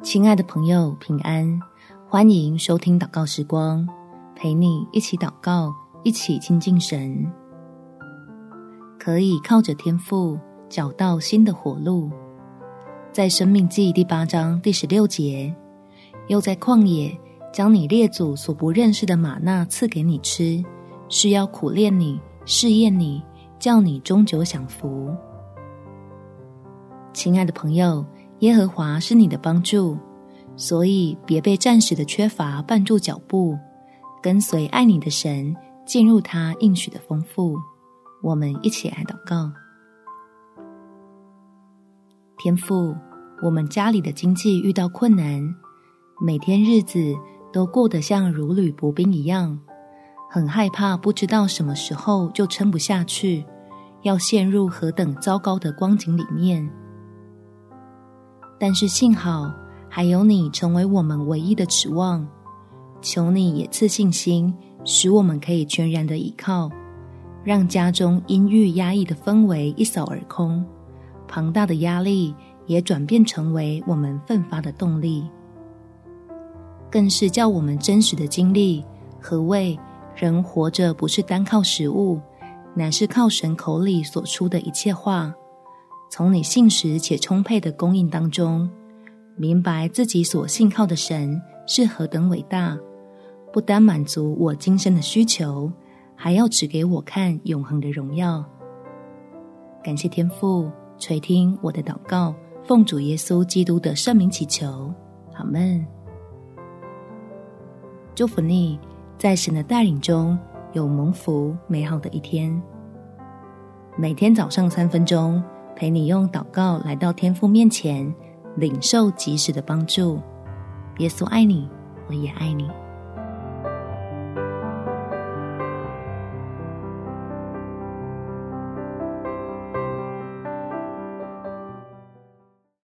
亲爱的朋友，平安，欢迎收听祷告时光，陪你一起祷告，一起亲近神。可以靠着天父找到新的活路。在申命记第8章第16节，又在旷野将你列祖所不认识的玛纳赐给你吃，是要苦练你，试验你，叫你终久享福。亲爱的朋友，耶和华是你的帮助，所以别被暂时的缺乏绊住脚步，跟随爱你的神，进入他应许的丰富。我们一起来祷告。天父，我们家里的经济遇到困难，每天日子都过得像如履薄冰一样，很害怕不知道什么时候就撑不下去，要陷入何等糟糕的光景里面。但是幸好还有你成为我们唯一的指望，求你也赐信心，使我们可以全然的倚靠，让家中阴郁压抑的氛围一扫而空，庞大的压力也转变成为我们奋发的动力，更是叫我们真实的经历何谓人活着不是单靠食物，乃是靠神口里所出的一切话，从你信实且充沛的供应当中，明白自己所信靠的神是何等伟大，不单满足我今生的需求，还要指给我看永恒的荣耀。感谢天父垂听我的祷告，奉主耶稣基督的圣名祈求，阿们。祝福你在神的带领中有蒙福美好的一天。每天早上3分钟，陪你用祷告来到天父面前，领受及时的帮助。耶稣爱你，我也爱你。